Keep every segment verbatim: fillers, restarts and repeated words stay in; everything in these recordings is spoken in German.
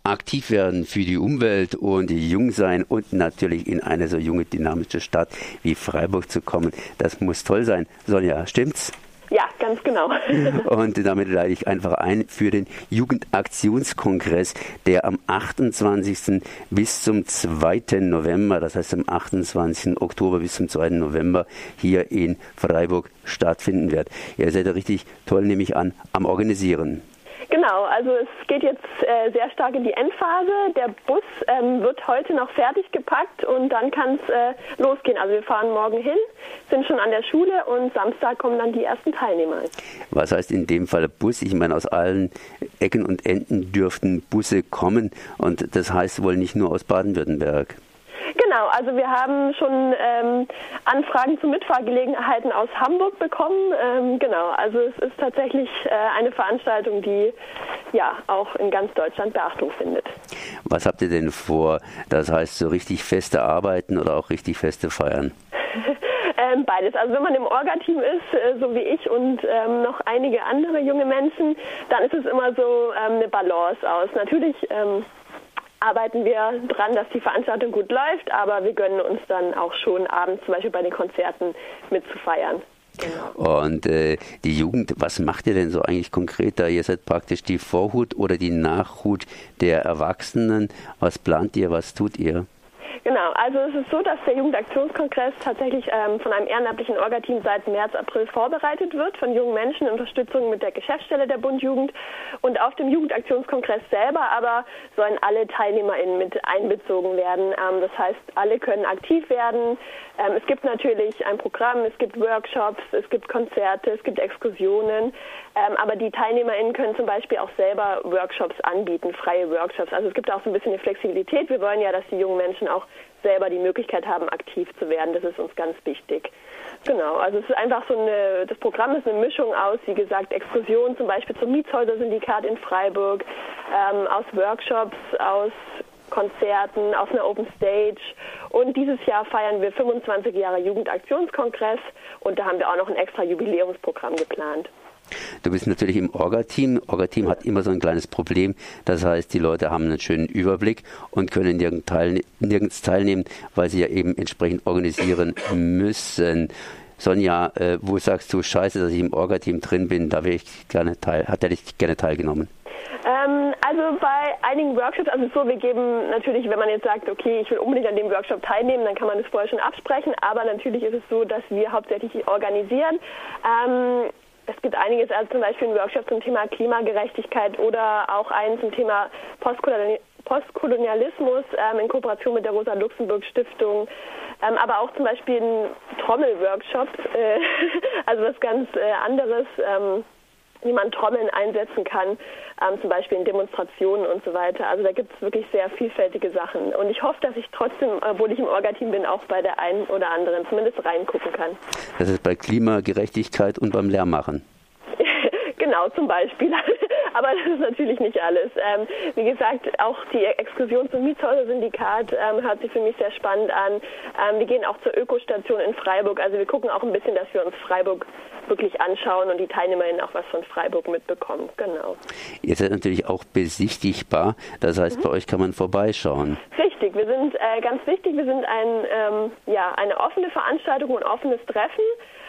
aktiv werden für die Umwelt und jung sein und natürlich in eine so junge, dynamische Stadt wie Freiburg zu kommen. Das muss toll sein. Sonja, stimmt's? Ja, ganz genau. Und damit leite ich einfach ein für den Jugendaktionskongress, der am achtundzwanzigsten bis zum zweiten November, das heißt am achtundzwanzigsten Oktober bis zum zweiten November hier in Freiburg stattfinden wird. Ihr seid ja richtig toll, nehme ich an, am Organisieren. Genau, also es geht jetzt äh, sehr stark in die Endphase. Der Bus ähm, wird heute noch fertig gepackt und dann kann es äh, losgehen. Also wir fahren morgen hin, sind schon an der Schule und Samstag kommen dann die ersten Teilnehmer. Was heißt in dem Fall Bus? Ich meine, aus allen Ecken und Enden dürften Busse kommen und das heißt wohl nicht nur aus Baden-Württemberg. Genau, also wir haben schon ähm, Anfragen zu Mitfahrgelegenheiten aus Hamburg bekommen. Ähm, genau, also es ist tatsächlich äh, eine Veranstaltung, die ja auch in ganz Deutschland Beachtung findet. Was habt ihr denn vor? Das heißt so richtig feste Arbeiten oder auch richtig feste Feiern? ähm, beides. Also wenn man im Orga-Team ist, äh, so wie ich und ähm, noch einige andere junge Menschen, dann ist es immer so ähm, eine Balance aus. Natürlich ähm, arbeiten wir dran, dass die Veranstaltung gut läuft, aber wir gönnen uns dann auch schon abends zum Beispiel bei den Konzerten mitzufeiern. Genau. Und äh, die Jugend, was macht ihr denn so eigentlich konkret da? Ihr seid praktisch die Vorhut oder die Nachhut der Erwachsenen. Was plant ihr, was tut ihr? Genau, also es ist so, dass der Jugendaktionskongress tatsächlich ähm, von einem ehrenamtlichen Orga-Team seit März, April vorbereitet wird, von jungen Menschen in Unterstützung mit der Geschäftsstelle der Bund Jugend. Und auf dem Jugendaktionskongress selber aber sollen alle TeilnehmerInnen mit einbezogen werden. Ähm, das heißt, alle können aktiv werden. Ähm, es gibt natürlich ein Programm, es gibt Workshops, es gibt Konzerte, es gibt Exkursionen. Ähm, aber die TeilnehmerInnen können zum Beispiel auch selber Workshops anbieten, freie Workshops. Also es gibt auch so ein bisschen eine Flexibilität. Wir wollen ja, dass die jungen Menschen auch selber die Möglichkeit haben, aktiv zu werden. Das ist uns ganz wichtig. Genau, also es ist einfach so eine, das Programm ist eine Mischung aus, wie gesagt, Exkursionen zum Beispiel zum Mietshäuser-Syndikat in Freiburg, ähm, aus Workshops, aus Konzerten, aus einer Open Stage. Und dieses Jahr feiern wir fünfundzwanzig Jahre Jugendaktionskongress und da haben wir auch noch ein extra Jubiläumsprogramm geplant. Du bist natürlich im Orga-Team. Orga-Team hat immer so ein kleines Problem. Das heißt, die Leute haben einen schönen Überblick und können nirgends, teilne- nirgends teilnehmen, weil sie ja eben entsprechend organisieren müssen. Sonja, äh, wo sagst du, scheiße, dass ich im Orga-Team drin bin, da wäre ich gerne teil, hat er dich gerne teilgenommen? Ähm, also bei einigen Workshops, also so, wir geben natürlich, wenn man jetzt sagt, okay, ich will unbedingt an dem Workshop teilnehmen, dann kann man das vorher schon absprechen, aber natürlich ist es so, dass wir hauptsächlich organisieren. Ähm, Es gibt einiges, also zum Beispiel einen Workshop zum Thema Klimagerechtigkeit oder auch einen zum Thema Postkolonialismus. Postkolonialismus ähm, in Kooperation mit der Rosa-Luxemburg-Stiftung, ähm, aber auch zum Beispiel ein Trommel-Workshop, äh, also was ganz äh, anderes, ähm, wie man Trommeln einsetzen kann, ähm, zum Beispiel in Demonstrationen und so weiter. Also da gibt es wirklich sehr vielfältige Sachen. Und ich hoffe, dass ich trotzdem, obwohl ich im Orga-Team bin, auch bei der einen oder anderen zumindest reingucken kann. Das ist bei Klimagerechtigkeit und beim Lehrmachen. Genau, zum Beispiel. Aber das ist natürlich nicht alles. Ähm, wie gesagt, auch die Exkursion zum Mietshäuser-Syndikat ähm, hört sich für mich sehr spannend an. Ähm, wir gehen auch zur Ökostation in Freiburg. Also wir gucken auch ein bisschen, dass wir uns Freiburg wirklich anschauen und die TeilnehmerInnen auch was von Freiburg mitbekommen. Genau. Ihr seid natürlich auch besichtigbar. Das heißt, mhm. bei euch kann man vorbeischauen. Richtig. Wir sind äh, ganz wichtig. Wir sind ein, ähm, ja, eine offene Veranstaltung und offenes Treffen.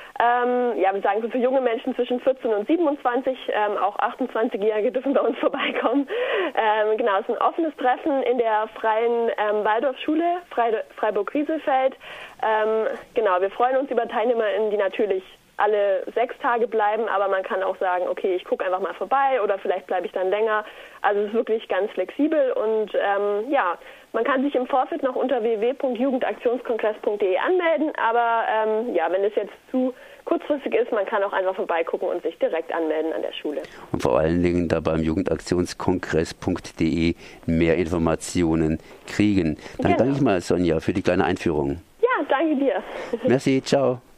Ähm, ja, wir sagen so für junge Menschen zwischen vierzehn und siebenundzwanzig, ähm, auch achtundzwanzigjährige dürfen bei uns vorbeikommen. Ähm, genau, es ist ein offenes Treffen in der freien ähm, Waldorfschule Fre- Freiburg-Rieselfeld. Ähm, genau, wir freuen uns über TeilnehmerInnen, die natürlich alle sechs Tage bleiben, aber man kann auch sagen, okay, ich gucke einfach mal vorbei oder vielleicht bleibe ich dann länger. Also es ist wirklich ganz flexibel und ähm, ja, man kann sich im Vorfeld noch unter w w w punkt jugendaktionskongress punkt d e anmelden, aber ähm, ja, wenn es jetzt zu kurzfristig ist, man kann auch einfach vorbeigucken und sich direkt anmelden an der Schule. Und vor allen Dingen da beim jugendaktionskongress punkt d e mehr Informationen kriegen. Dann genau. danke ich mal, Sonja, für die kleine Einführung. Ja, danke dir. Merci, ciao.